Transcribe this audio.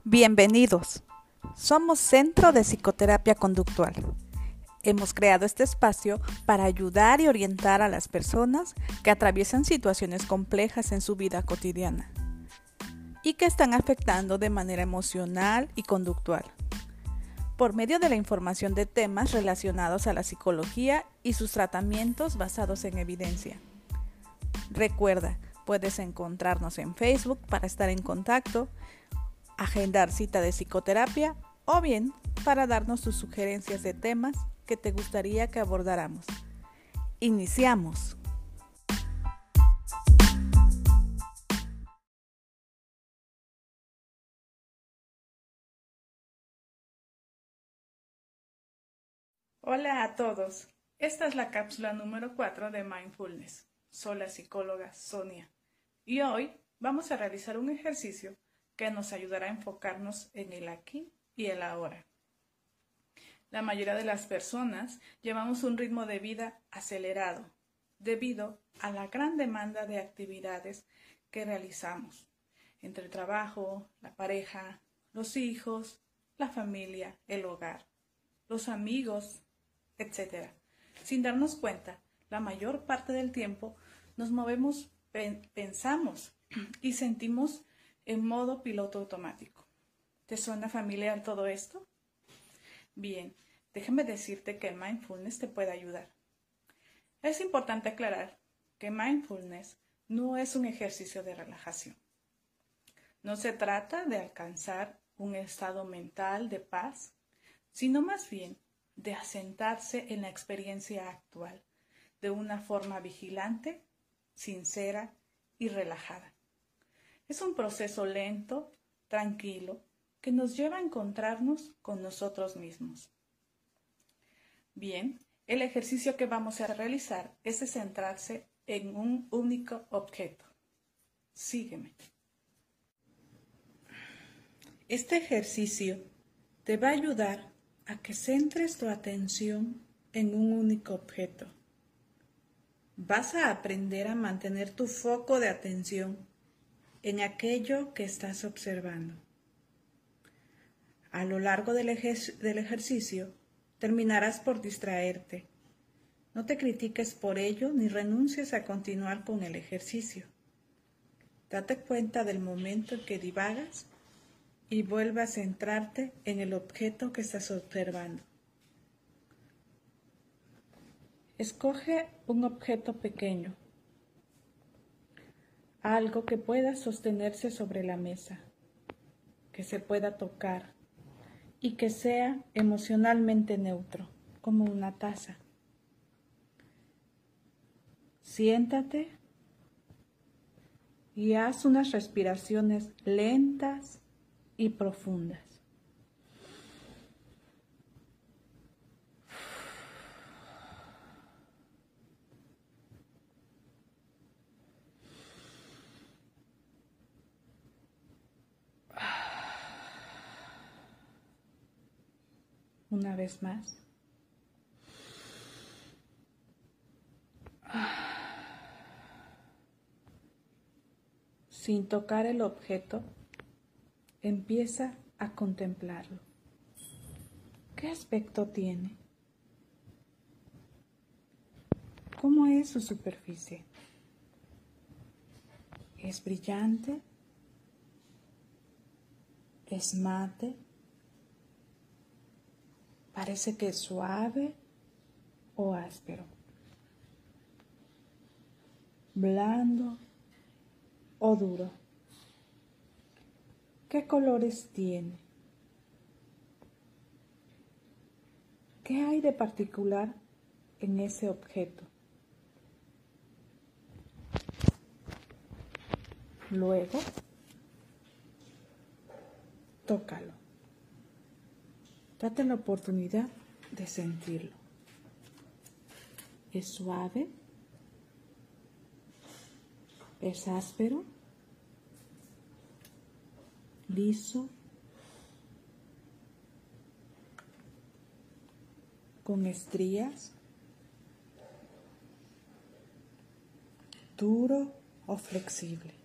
Bienvenidos. Somos Centro de Psicoterapia Conductual. Hemos creado este espacio para ayudar y orientar a las personas que atraviesan situaciones complejas en su vida cotidiana y que están afectando de manera emocional y conductual, por medio de la información de temas relacionados a la psicología y sus tratamientos basados en evidencia. Recuerda, puedes encontrarnos en Facebook para estar en contacto, agendar cita de psicoterapia o bien para darnos tus sugerencias de temas que te gustaría que abordáramos. Iniciamos. Hola a todos. Esta es la cápsula número 4 de Mindfulness. Soy la psicóloga Sonia y hoy vamos a realizar un ejercicio que nos ayudará a enfocarnos en el aquí y el ahora. La mayoría de las personas llevamos un ritmo de vida acelerado debido a la gran demanda de actividades que realizamos entre el trabajo, la pareja, los hijos, la familia, el hogar, los amigos, etc. Sin darnos cuenta, la mayor parte del tiempo nos movemos, pensamos y sentimos en modo piloto automático. ¿Te suena familiar todo esto? Bien, déjame decirte que Mindfulness te puede ayudar. Es importante aclarar que Mindfulness no es un ejercicio de relajación. No se trata de alcanzar un estado mental de paz, sino más bien de asentarse en la experiencia actual de una forma vigilante, sincera y relajada. Es un proceso lento, tranquilo, que nos lleva a encontrarnos con nosotros mismos. Bien, el ejercicio que vamos a realizar es de centrarse en un único objeto. Sígueme. Este ejercicio te va a ayudar a que centres tu atención en un único objeto. Vas a aprender a mantener tu foco de atención en aquello que estás observando. A lo largo del ejercicio, terminarás por distraerte. No te critiques por ello ni renuncies a continuar con el ejercicio. Date cuenta del momento en que divagas y vuelve a centrarte en el objeto que estás observando. Escoge un objeto pequeño, algo que pueda sostenerse sobre la mesa, que se pueda tocar y que sea emocionalmente neutro, como una taza. Siéntate y haz unas respiraciones lentas y profundas. Una vez más. Sin tocar el objeto, empieza a contemplarlo. ¿Qué aspecto tiene? ¿Cómo es su superficie? ¿Es brillante? ¿Es mate? ¿Parece que es suave o áspero? ¿Blando o duro? ¿Qué colores tiene? ¿Qué hay de particular en ese objeto? Luego, tócalo. Date la oportunidad de sentirlo. ¿Es suave? ¿Es áspero? ¿Liso? ¿Con estrías? ¿Duro o flexible?